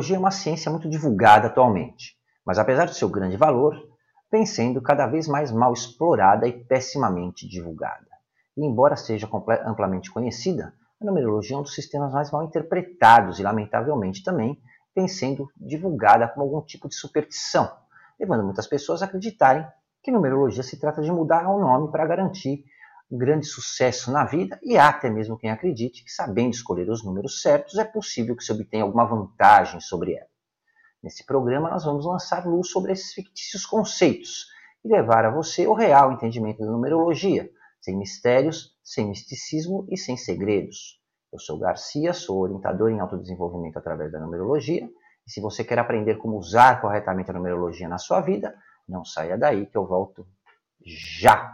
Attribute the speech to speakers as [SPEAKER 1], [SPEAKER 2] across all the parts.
[SPEAKER 1] numerologia é uma ciência muito divulgada atualmente, mas apesar do seu grande valor, vem sendo cada vez mais mal explorada e pessimamente divulgada. E embora seja amplamente conhecida, a numerologia é um dos sistemas mais mal interpretados e, lamentavelmente, também vem sendo divulgada como algum tipo de superstição, levando muitas pessoas a acreditarem que numerologia se trata de mudar o nome para garantir um grande sucesso na vida, e há até mesmo quem acredite que, sabendo escolher os números certos, é possível que se obtenha alguma vantagem sobre ela. Nesse programa, nós vamos lançar luz sobre esses fictícios conceitos e levar a você o real entendimento da numerologia, sem mistérios, sem misticismo e sem segredos. Eu sou Garcia, sou orientador em autodesenvolvimento através da numerologia, e se você quer aprender como usar corretamente a numerologia na sua vida, não saia daí que eu volto já!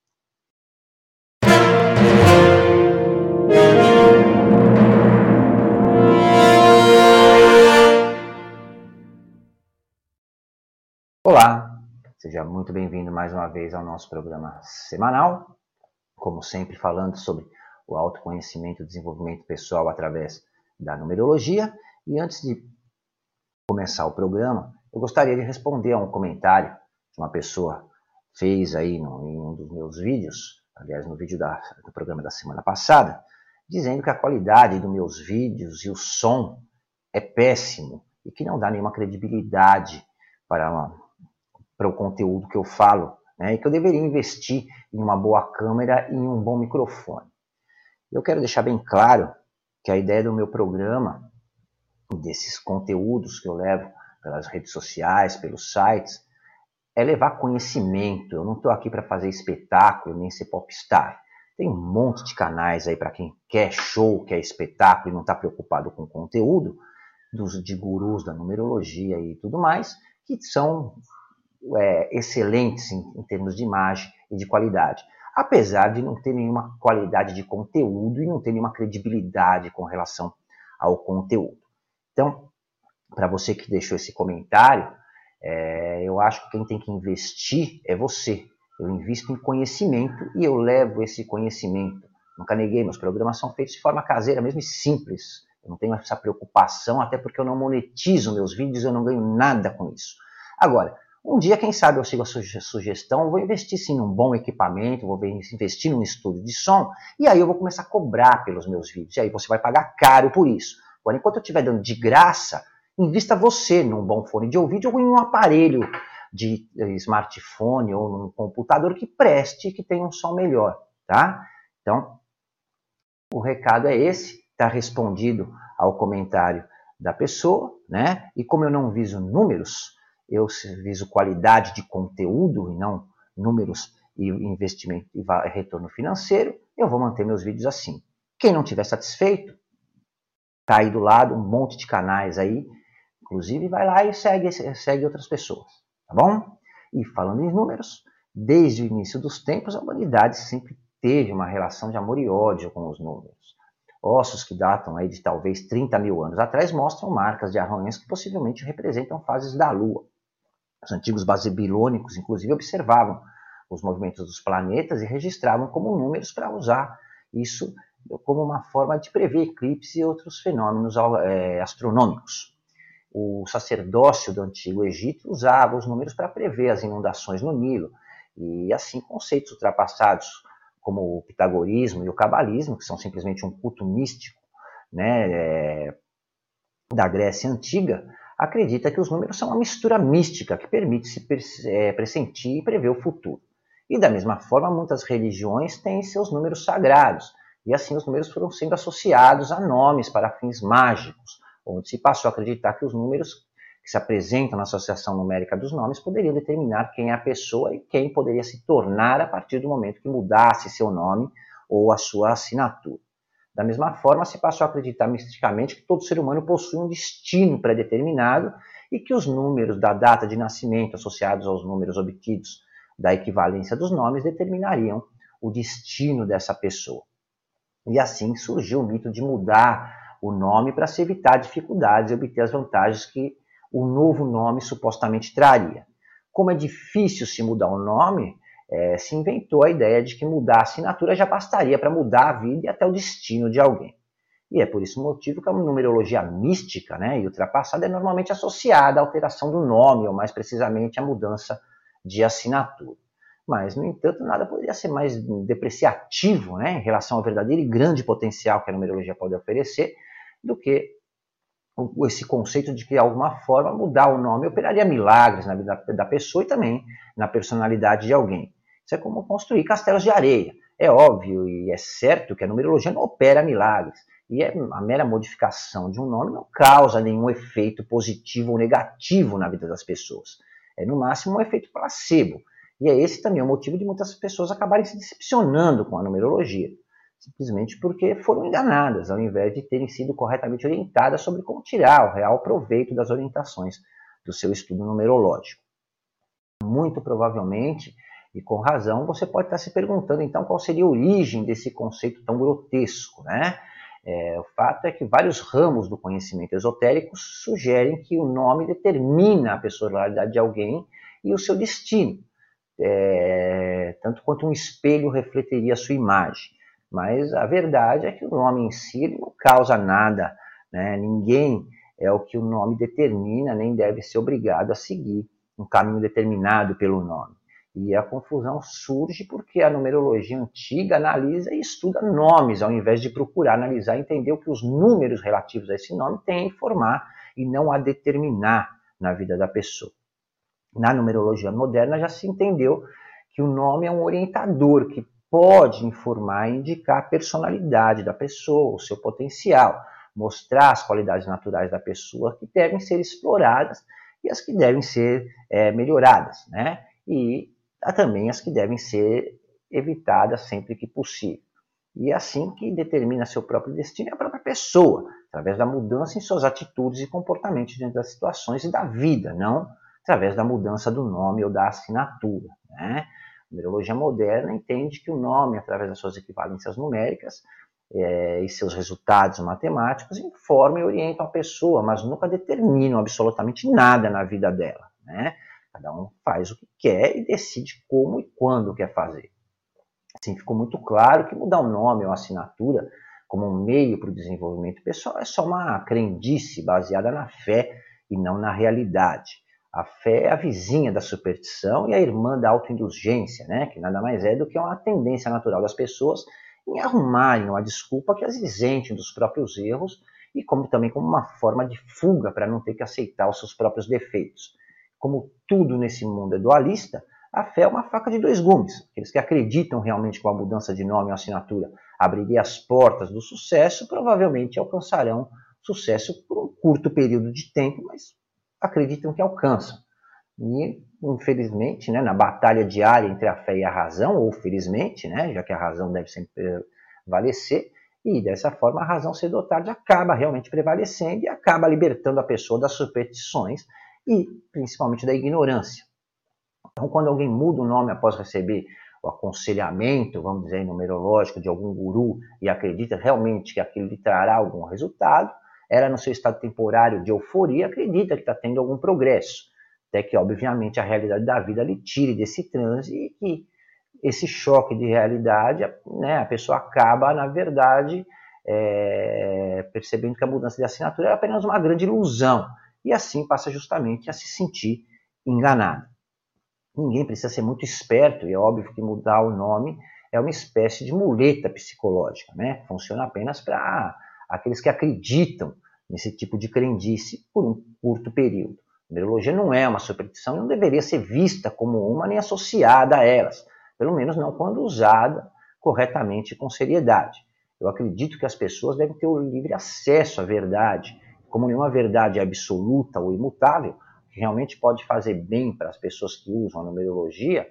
[SPEAKER 1] Olá, seja muito bem-vindo mais uma vez ao nosso programa semanal, como sempre falando sobre o autoconhecimento e desenvolvimento pessoal através da numerologia. E antes de começar o programa, eu gostaria de responder a um comentário que uma pessoa fez aí em um dos meus vídeos, aliás, no vídeo do programa da semana passada, dizendo que a qualidade dos meus vídeos e o som é péssimo e que não dá nenhuma credibilidade para o conteúdo que eu falo, né, e que eu deveria investir em uma boa câmera e em um bom microfone. Eu quero deixar bem claro que a ideia do meu programa, desses conteúdos que eu levo pelas redes sociais, pelos sites, é levar conhecimento. Eu não estou aqui para fazer espetáculo, nem ser popstar. Tem um monte de canais aí para quem quer show, quer espetáculo e não está preocupado com conteúdo, de gurus da numerologia e tudo mais, que são excelentes em termos de imagem e de qualidade, apesar de não ter nenhuma qualidade de conteúdo e não ter nenhuma credibilidade com relação ao conteúdo. Então, para você que deixou esse comentário, eu acho que quem tem que investir é você. Eu invisto em conhecimento e eu levo esse conhecimento. Nunca neguei, meus programas são feitos de forma caseira, mesmo e simples. Eu não tenho essa preocupação, até porque eu não monetizo meus vídeos, eu não ganho nada com isso. Agora, um dia, quem sabe, eu sigo a sugestão, eu vou investir sim num bom equipamento, vou investir num estúdio de som, e aí eu vou começar a cobrar pelos meus vídeos, e aí você vai pagar caro por isso. Agora, enquanto eu estiver dando de graça, invista você num bom fone de ouvido ou em um aparelho de smartphone ou num computador que preste, que tenha um som melhor, tá? Então, o recado é esse, está respondido ao comentário da pessoa, né? E como eu não viso números, eu viso qualidade de conteúdo e não números e investimento e retorno financeiro, eu vou manter meus vídeos assim. Quem não estiver satisfeito, tá aí do lado um monte de canais aí, inclusive vai lá e segue outras pessoas, tá bom? E falando em números, desde o início dos tempos, a humanidade sempre teve uma relação de amor e ódio com os números. Ossos que datam aí de talvez 30 mil anos atrás mostram marcas de arranhões que possivelmente representam fases da Lua. Os antigos babilônicos, inclusive, observavam os movimentos dos planetas e registravam como números para usar isso como uma forma de prever eclipses e outros fenômenos astronômicos. O sacerdócio do Antigo Egito usava os números para prever as inundações no Nilo, e assim conceitos ultrapassados como o pitagorismo e o cabalismo, que são simplesmente um culto místico, né, da Grécia Antiga, acredita que os números são uma mistura mística que permite se pressentir e prever o futuro. E da mesma forma, muitas religiões têm seus números sagrados, e assim os números foram sendo associados a nomes para fins mágicos, onde se passou a acreditar que os números que se apresentam na associação numérica dos nomes poderiam determinar quem é a pessoa e quem poderia se tornar a partir do momento que mudasse seu nome ou a sua assinatura. Da mesma forma, se passou a acreditar misticamente que todo ser humano possui um destino pré-determinado e que os números da data de nascimento associados aos números obtidos da equivalência dos nomes determinariam o destino dessa pessoa. E assim surgiu o mito de mudar o nome para se evitar dificuldades e obter as vantagens que o novo nome supostamente traria. Como é difícil se mudar o nome, se inventou a ideia de que mudar a assinatura já bastaria para mudar a vida e até o destino de alguém. E é por esse motivo que a numerologia mística, né, e ultrapassada é normalmente associada à alteração do nome, ou mais precisamente à mudança de assinatura. Mas, no entanto, nada poderia ser mais depreciativo, né, em relação ao verdadeiro e grande potencial que a numerologia pode oferecer do que esse conceito de que, de alguma forma, mudar o nome operaria milagres na vida da pessoa e também na personalidade de alguém. Isso é como construir castelos de areia. É óbvio e é certo que a numerologia não opera milagres. E a mera modificação de um nome não causa nenhum efeito positivo ou negativo na vida das pessoas. É, no máximo, um efeito placebo. E é esse também o motivo de muitas pessoas acabarem se decepcionando com a numerologia. Simplesmente porque foram enganadas, ao invés de terem sido corretamente orientadas sobre como tirar o real proveito das orientações do seu estudo numerológico. Muito provavelmente, e com razão, você pode estar se perguntando então qual seria a origem desse conceito tão grotesco, né? O fato é que vários ramos do conhecimento esotérico sugerem que o nome determina a personalidade de alguém e o seu destino, tanto quanto um espelho refletiria a sua imagem. Mas a verdade é que o nome em si ele não causa nada, né? Ninguém é o que o nome determina, nem deve ser obrigado a seguir um caminho determinado pelo nome. E a confusão surge porque a numerologia antiga analisa e estuda nomes, ao invés de procurar analisar e entender o que os números relativos a esse nome têm a informar e não a determinar na vida da pessoa. Na numerologia moderna já se entendeu que o nome é um orientador que pode informar e indicar a personalidade da pessoa, o seu potencial, mostrar as qualidades naturais da pessoa que devem ser exploradas e as que devem ser melhoradas, né? E há também as que devem ser evitadas sempre que possível. E é assim que determina seu próprio destino a própria pessoa, através da mudança em suas atitudes e comportamentos diante das situações e da vida, não através da mudança do nome ou da assinatura, né? A numerologia moderna entende que o nome, através das suas equivalências numéricas e seus resultados matemáticos, informam e orientam a pessoa, mas nunca determinam absolutamente nada na vida dela, né? Cada um faz o que quer e decide como e quando quer fazer. Assim, ficou muito claro que mudar o nome ou a assinatura como um meio para o desenvolvimento pessoal é só uma crendice baseada na fé e não na realidade. A fé é a vizinha da superstição e a irmã da autoindulgência, né? Que nada mais é do que uma tendência natural das pessoas em arrumarem uma desculpa que as isente dos próprios erros e também como uma forma de fuga para não ter que aceitar os seus próprios defeitos. Como tudo nesse mundo é dualista, a fé é uma faca de dois gumes. Aqueles que acreditam realmente que a mudança de nome ou assinatura abriria as portas do sucesso, provavelmente alcançarão sucesso por um curto período de tempo, mas acreditam que alcançam. E, infelizmente, né, na batalha diária entre a fé e a razão, ou felizmente, né, já que a razão deve sempre prevalecer, e dessa forma a razão cedo ou tarde acaba realmente prevalecendo e acaba libertando a pessoa das superstições e principalmente da ignorância. Então, quando alguém muda o nome após receber o aconselhamento, vamos dizer, numerológico de algum guru e acredita realmente que aquilo lhe trará algum resultado, ela, no seu estado temporário de euforia, acredita que está tendo algum progresso. Até que, obviamente, a realidade da vida lhe tire desse transe e que esse choque de realidade, né, a pessoa acaba, na verdade, percebendo que a mudança de assinatura é apenas uma grande ilusão. E assim passa justamente a se sentir enganado. Ninguém precisa ser muito esperto, e é óbvio que mudar o nome é uma espécie de muleta psicológica, né? Funciona apenas para aqueles que acreditam nesse tipo de crendice por um curto período. A numerologia não é uma superstição e não deveria ser vista como uma nem associada a elas, pelo menos não quando usada corretamente e com seriedade. Eu acredito que as pessoas devem ter o livre acesso à verdade. Como nenhuma verdade é absoluta ou imutável, que realmente pode fazer bem para as pessoas que usam a numerologia,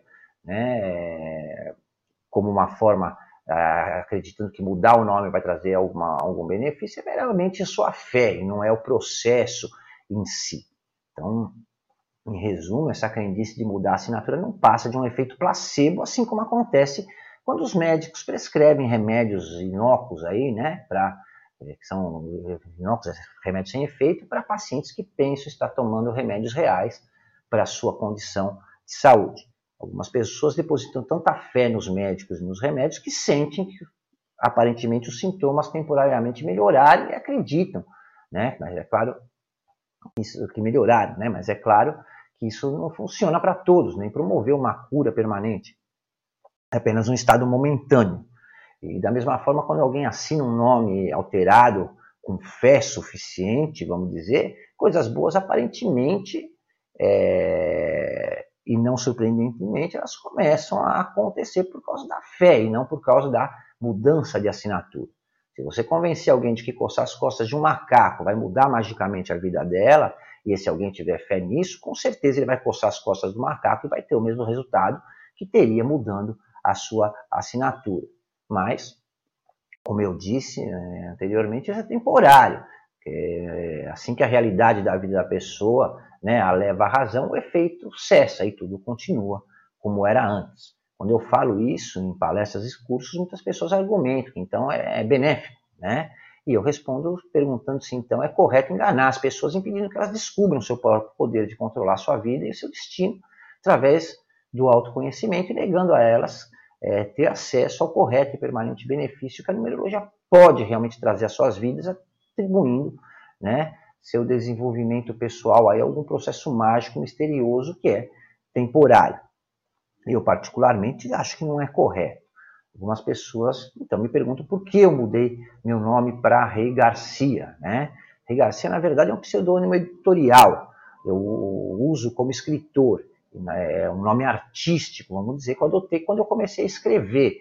[SPEAKER 1] né, como uma forma, acreditando que mudar o nome vai trazer algum benefício, é meramente sua fé, e não é o processo em si. Então, em resumo, essa crendice de mudar a assinatura não passa de um efeito placebo, assim como acontece quando os médicos prescrevem remédios inócuos aí, né, que são inócuos, remédios sem efeito, para pacientes que pensam estar tomando remédios reais para a sua condição de saúde. Algumas pessoas depositam tanta fé nos médicos e nos remédios que sentem aparentemente os sintomas temporariamente melhorarem e acreditam, né? Mas é claro isso que melhoraram, né? Mas é claro que isso não funciona para todos, nem promover uma cura permanente. É apenas um estado momentâneo. E da mesma forma, quando alguém assina um nome alterado com fé suficiente, vamos dizer, coisas boas aparentemente e não surpreendentemente, elas começam a acontecer por causa da fé e não por causa da mudança de assinatura. Se você convencer alguém de que coçar as costas de um macaco vai mudar magicamente a vida dela, e se alguém tiver fé nisso, com certeza ele vai coçar as costas do macaco e vai ter o mesmo resultado que teria mudando a sua assinatura. Mas, como eu disse anteriormente, isso é temporário. Assim que a realidade da vida da pessoa, né, a leva à razão, o efeito cessa e tudo continua como era antes. Quando eu falo isso em palestras e cursos, muitas pessoas argumentam que então é benéfico, né? E eu respondo perguntando se então é correto enganar as pessoas, impedindo que elas descubram o seu próprio poder de controlar a sua vida e o seu destino através do autoconhecimento e negando a elas ter acesso ao correto e permanente benefício que a numerologia pode realmente trazer às suas vidas, atribuindo, né, seu desenvolvimento pessoal a algum processo mágico misterioso que é temporário. Eu, particularmente, acho que não é correto. Algumas pessoas, então, me perguntam por que eu mudei meu nome para Rei Garcia, né? Rei Garcia, na verdade, é um pseudônimo editorial. Eu uso como escritor. É um nome artístico, vamos dizer, que eu adotei quando eu comecei a escrever.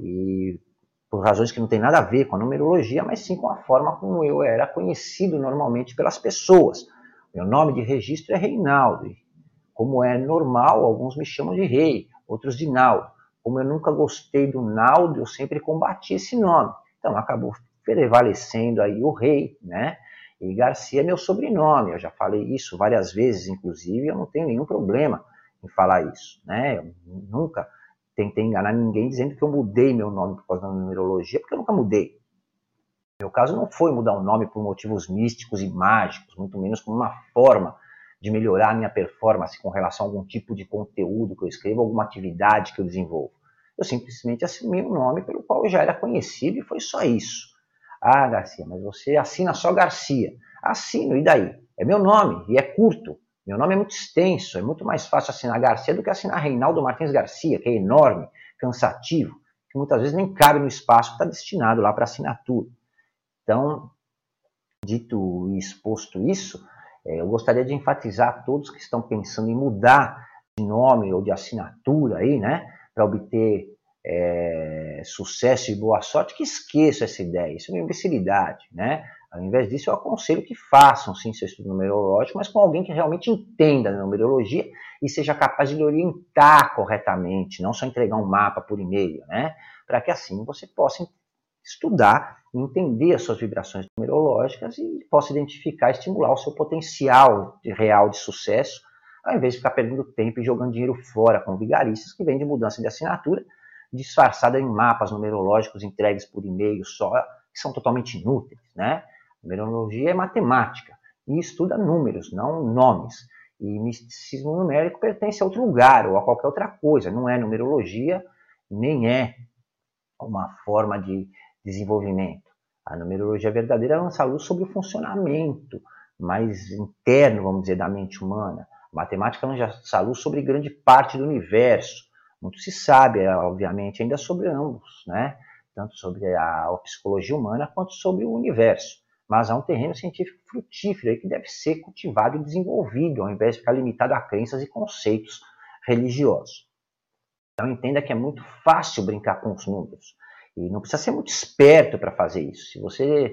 [SPEAKER 1] E por razões que não tem nada a ver com a numerologia, mas sim com a forma como eu era conhecido normalmente pelas pessoas. Meu nome de registro é Reinaldo. Como é normal, alguns me chamam de Rei, outros de Naldo. Como eu nunca gostei do Naldo, eu sempre combati esse nome. Então acabou prevalecendo aí o Rei, né? E Garcia é meu sobrenome, eu já falei isso várias vezes, inclusive, eu não tenho nenhum problema em falar isso, né? Eu nunca tentei enganar ninguém dizendo que eu mudei meu nome por causa da numerologia, porque eu nunca mudei. No meu caso não foi mudar o nome por motivos místicos e mágicos, muito menos como uma forma de melhorar a minha performance com relação a algum tipo de conteúdo que eu escrevo, alguma atividade que eu desenvolvo. Eu simplesmente assumi um nome pelo qual eu já era conhecido e foi só isso. Ah, Garcia, mas você assina só Garcia. Assino, e daí? É meu nome e é curto. Meu nome é muito extenso, é muito mais fácil assinar Garcia do que assinar Reinaldo Martins Garcia, que é enorme, cansativo, que muitas vezes nem cabe no espaço que está destinado lá para assinatura. Então, dito e exposto isso, eu gostaria de enfatizar a todos que estão pensando em mudar de nome ou de assinatura aí, né, para obter sucesso e boa sorte, que esqueçam essa ideia. Isso é uma imbecilidade, né? Ao invés disso, eu aconselho que façam sim seu estudo numerológico, mas com alguém que realmente entenda a numerologia e seja capaz de lhe orientar corretamente, não só entregar um mapa por e-mail, né? Para que assim você possa estudar, entender as suas vibrações numerológicas e possa identificar e estimular o seu potencial real de sucesso, ao invés de ficar perdendo tempo e jogando dinheiro fora com vigaristas que vêm de mudança de assinatura, disfarçada em mapas numerológicos entregues por e-mail só, que são totalmente inúteis, né? Numerologia é matemática e estuda números, não nomes. E misticismo numérico pertence a outro lugar ou a qualquer outra coisa, não é numerologia, nem é uma forma de desenvolvimento. A numerologia verdadeira lança luz sobre o funcionamento mais interno, vamos dizer, da mente humana. A matemática lança luz sobre grande parte do universo. Muito se sabe, obviamente, ainda sobre ambos, né? Tanto sobre a psicologia humana quanto sobre o universo. Mas há um terreno científico frutífero aí que deve ser cultivado e desenvolvido, ao invés de ficar limitado a crenças e conceitos religiosos. Então entenda que é muito fácil brincar com os números. E não precisa ser muito esperto para fazer isso. Se você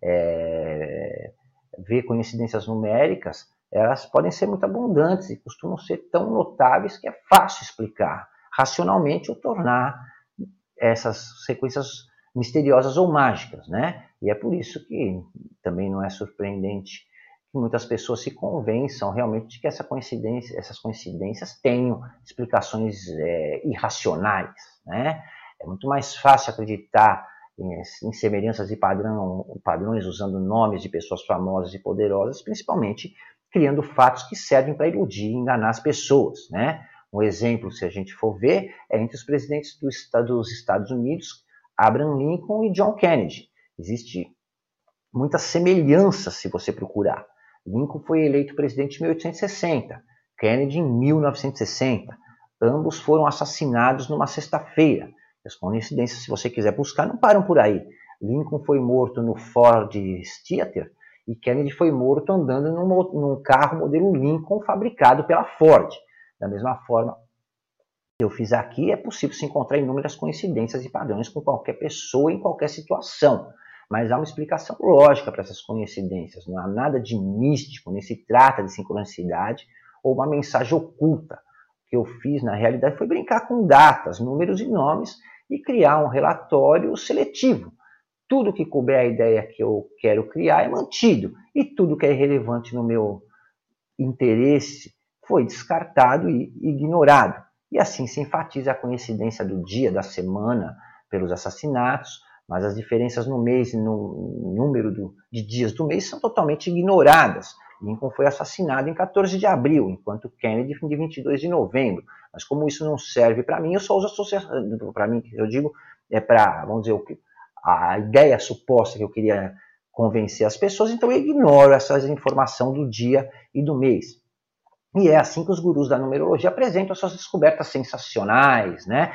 [SPEAKER 1] vê coincidências numéricas, elas podem ser muito abundantes e costumam ser tão notáveis que é fácil explicar racionalmente ou tornar essas sequências misteriosas ou mágicas, né? E é por isso que também não é surpreendente que muitas pessoas se convençam realmente de que essas coincidências tenham explicações irracionais, né? É muito mais fácil acreditar em semelhanças e padrões usando nomes de pessoas famosas e poderosas, principalmente criando fatos que servem para iludir e enganar as pessoas, né? Um exemplo, se a gente for ver, é entre os presidentes dos Estados Unidos, Abraham Lincoln e John Kennedy. Existe muita semelhança se você procurar. Lincoln foi eleito presidente em 1860, Kennedy em 1960. Ambos foram assassinados numa sexta-feira. As coincidências, se você quiser buscar, não param por aí. Lincoln foi morto no Ford Theater e Kennedy foi morto andando num carro modelo Lincoln fabricado pela Ford. Da mesma forma que eu fiz aqui, é possível se encontrar inúmeras coincidências e padrões com qualquer pessoa em qualquer situação. Mas há uma explicação lógica para essas coincidências. Não há nada de místico, nem se trata de sincronicidade ou uma mensagem oculta. O que eu fiz, na realidade, foi brincar com datas, números e nomes e criar um relatório seletivo. Tudo que couber a ideia que eu quero criar é mantido. E tudo que é irrelevante no meu interesse foi descartado e ignorado. E assim se enfatiza a coincidência do dia, da semana, pelos assassinatos, mas as diferenças no mês e no número de dias do mês são totalmente ignoradas. Lincoln foi assassinado em 14 de abril, enquanto Kennedy em 22 de novembro. Mas como isso não serve para mim, eu só uso associação. Para mim, eu digo, é para, vamos dizer, a ideia suposta que eu queria convencer as pessoas, então eu ignoro essa informação do dia e do mês. E é assim que os gurus da numerologia apresentam as suas descobertas sensacionais, né?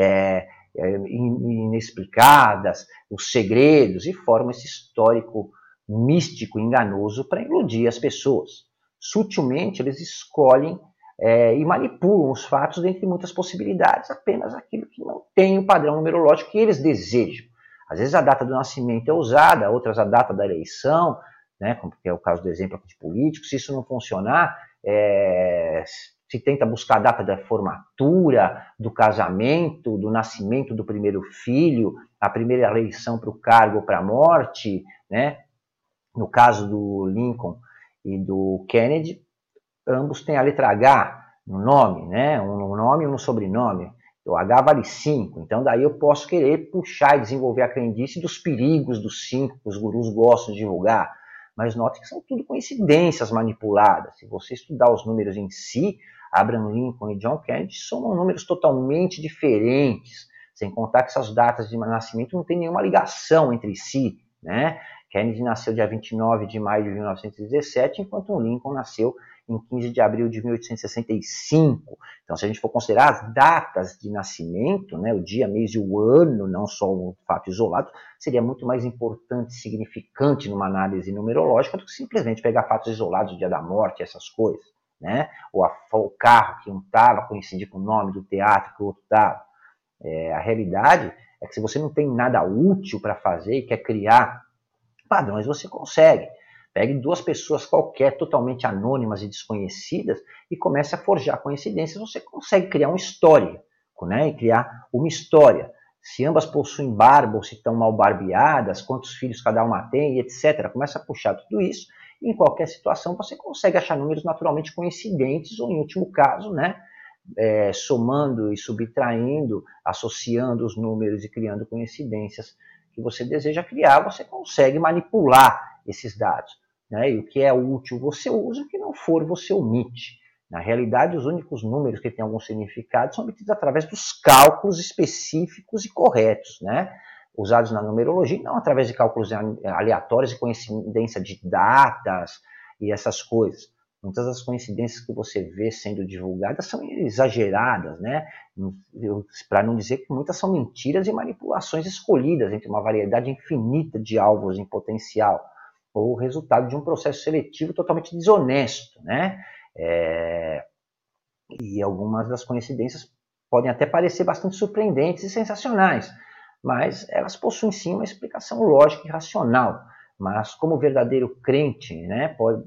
[SPEAKER 1] Inexplicadas, os segredos, e formam esse histórico místico enganoso para iludir as pessoas. Sutilmente, eles escolhem e manipulam os fatos dentre muitas possibilidades, apenas aquilo que não tem o padrão numerológico que eles desejam. Às vezes a data do nascimento é usada, outras a data da eleição, né, como é o caso do exemplo de políticos. Se isso não funcionar, se tenta buscar a data da formatura, do casamento, do nascimento do primeiro filho, a primeira eleição para o cargo ou para a morte, né? No caso do Lincoln e do Kennedy, ambos têm a letra H no nome, né? Um no nome e um no sobrenome. O H vale 5, então daí eu posso querer puxar e desenvolver a crendice dos perigos dos 5 que os gurus gostam de divulgar. Mas note que são tudo coincidências manipuladas. Se você estudar os números em si, Abraham Lincoln e John Kennedy somam números totalmente diferentes, sem contar que essas datas de nascimento não têm nenhuma ligação entre si, né? Kennedy nasceu dia 29 de maio de 1917, enquanto Lincoln nasceu em 15 de abril de 1865. Então, se a gente for considerar as datas de nascimento, né, o dia, mês e o ano, não só um fato isolado, seria muito mais importante e significante numa análise numerológica do que simplesmente pegar fatos isolados, o dia da morte, essas coisas, né? Ou o carro que um estava coincidir com o nome do teatro que o outro estava. A realidade é que se você não tem nada útil para fazer e quer criar padrões, você consegue. Pegue duas pessoas qualquer, totalmente anônimas e desconhecidas, e comece a forjar coincidências. Você consegue criar uma história, né? E criar uma história. Se ambas possuem barba ou se estão mal barbeadas, quantos filhos cada uma tem, etc. Começa a puxar tudo isso, e em qualquer situação você consegue achar números naturalmente coincidentes, ou em último caso, né? Somando e subtraindo, associando os números e criando coincidências que você deseja criar, você consegue manipular esses dados, né? E o que é útil você usa, o que não for você omite. Na realidade, os únicos números que têm algum significado são obtidos através dos cálculos específicos e corretos, né? Usados na numerologia, não através de cálculos aleatórios e coincidência de datas e essas coisas. Muitas das coincidências que você vê sendo divulgadas são exageradas, né? Para não dizer que muitas são mentiras e manipulações escolhidas entre uma variedade infinita de alvos em potencial, ou resultado de um processo seletivo totalmente desonesto, né? E algumas das coincidências podem até parecer bastante surpreendentes e sensacionais, mas elas possuem sim uma explicação lógica e racional. Mas como verdadeiro crente, né,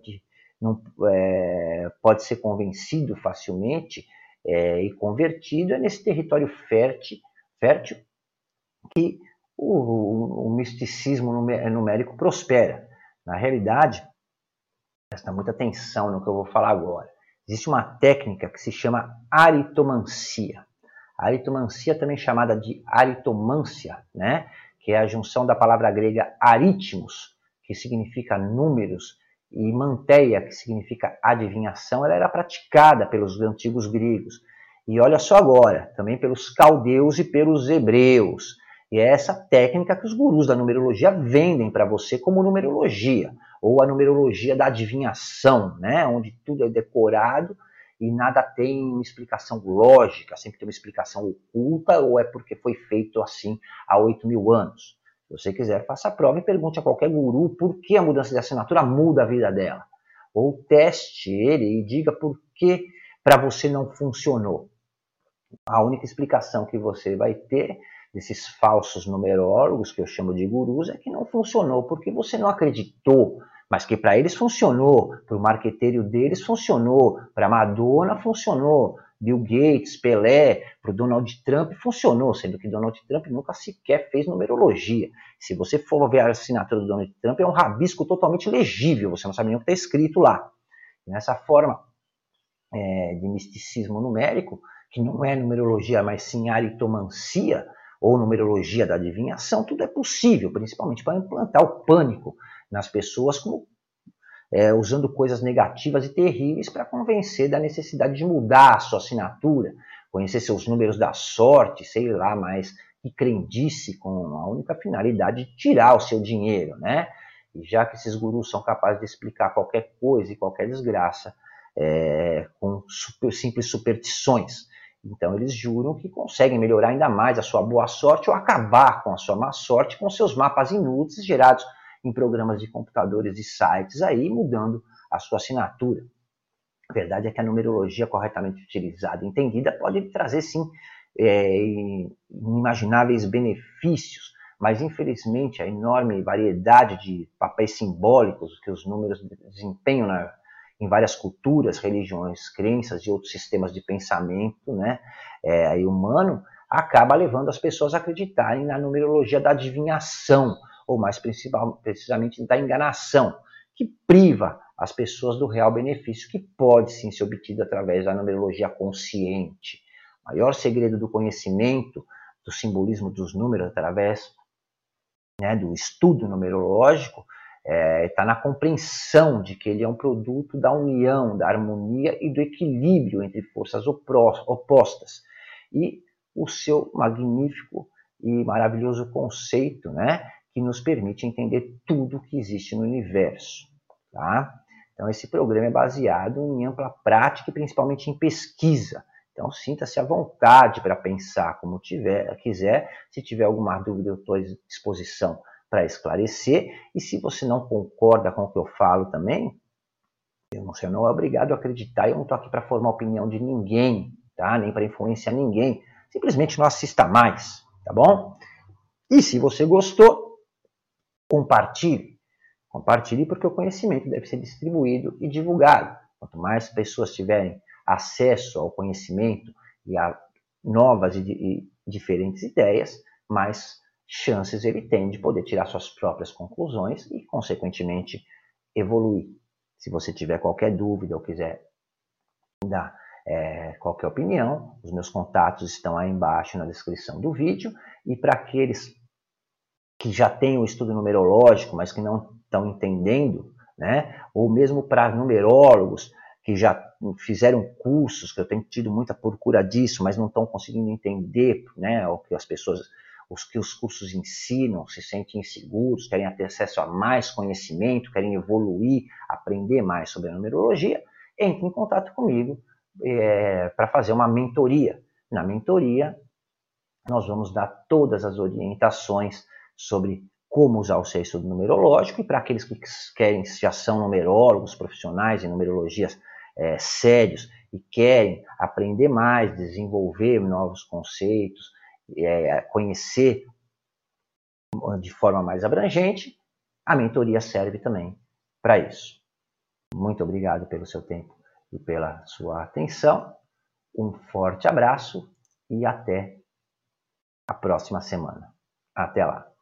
[SPEAKER 1] pode ser convencido facilmente e convertido, é nesse território fértil que o misticismo numérico prospera. Na realidade, presta muita atenção no que eu vou falar agora. Existe uma técnica que se chama aritomancia. A aritomancia, também chamada de aritomância, né, que é a junção da palavra grega aritmos, que significa números, e manteia, que significa adivinhação, ela era praticada pelos antigos gregos. E olha só agora, também pelos caldeus e pelos hebreus. E é essa técnica que os gurus da numerologia vendem para você como numerologia, ou a numerologia da adivinhação, né? Onde tudo é decorado e nada tem uma explicação lógica, sempre tem uma explicação oculta, ou é porque foi feito assim há 8.000 anos. Se você quiser, faça a prova e pergunte a qualquer guru por que a mudança de assinatura muda a vida dela. Ou teste ele e diga por que para você não funcionou. A única explicação que você vai ter desses falsos numerólogos, que eu chamo de gurus, é que não funcionou, porque você não acreditou, mas que para eles funcionou, para o marqueteiro deles funcionou, para Madonna funcionou, Bill Gates, Pelé, para o Donald Trump funcionou, sendo que Donald Trump nunca sequer fez numerologia. Se você for ver a assinatura do Donald Trump, é um rabisco totalmente legível, você não sabe nem o que está escrito lá. Nessa forma de misticismo numérico, que não é numerologia, mas sim aritomancia, ou numerologia da adivinhação, tudo é possível, principalmente para implantar o pânico nas pessoas, como usando coisas negativas e terríveis para convencer da necessidade de mudar a sua assinatura, conhecer seus números da sorte, sei lá, mas que crendice com a única finalidade de tirar o seu dinheiro, né? E já que esses gurus são capazes de explicar qualquer coisa e qualquer desgraça com simples superstições, então eles juram que conseguem melhorar ainda mais a sua boa sorte ou acabar com a sua má sorte com seus mapas inúteis gerados em programas de computadores e sites aí, mudando a sua assinatura. A verdade é que a numerologia corretamente utilizada e entendida pode trazer, sim, inimagináveis benefícios, mas infelizmente a enorme variedade de papéis simbólicos que os números desempenham em várias culturas, religiões, crenças e outros sistemas de pensamento, né, humano, acaba levando as pessoas a acreditarem na numerologia da adivinhação, ou mais precisamente da enganação, que priva as pessoas do real benefício que pode sim ser obtido através da numerologia consciente. O maior segredo do conhecimento, do simbolismo dos números através do estudo numerológico, está na compreensão de que ele é um produto da união, da harmonia e do equilíbrio entre forças opostas. E o seu magnífico e maravilhoso conceito, né, que nos permite entender tudo que existe no universo. Tá? Então, esse programa é baseado em ampla prática e principalmente em pesquisa. Então, sinta-se à vontade para pensar como quiser. Se tiver alguma dúvida, eu estou à disposição para esclarecer. E se você não concorda com o que eu falo também, você não é obrigado a acreditar. Eu não estou aqui para formar a opinião de ninguém, tá? Nem para influenciar ninguém. Simplesmente não assista mais, tá bom? E se você gostou, compartilhe. Compartilhe porque o conhecimento deve ser distribuído e divulgado. Quanto mais pessoas tiverem acesso ao conhecimento e a novas e diferentes ideias, mais chances ele tem de poder tirar suas próprias conclusões e, consequentemente, evoluir. Se você tiver qualquer dúvida ou quiser dar qualquer opinião, os meus contatos estão aí embaixo na descrição do vídeo. E para aqueles que já têm o estudo numerológico, mas que não estão entendendo, né? Ou mesmo para numerólogos que já fizeram cursos, que eu tenho tido muita procura disso, mas não estão conseguindo entender, né, o que as pessoas, que os cursos ensinam, se sentem inseguros, querem ter acesso a mais conhecimento, querem evoluir, aprender mais sobre a numerologia, entre em contato comigo para fazer uma mentoria. Na mentoria, nós vamos dar todas as orientações sobre como usar o seu estudo numerológico, e para aqueles que querem, já são numerólogos profissionais em numerologias sérios e querem aprender mais, desenvolver novos conceitos, conhecer de forma mais abrangente, a mentoria serve também para isso. Muito obrigado pelo seu tempo e pela sua atenção. Um forte abraço e até a próxima semana. Até lá!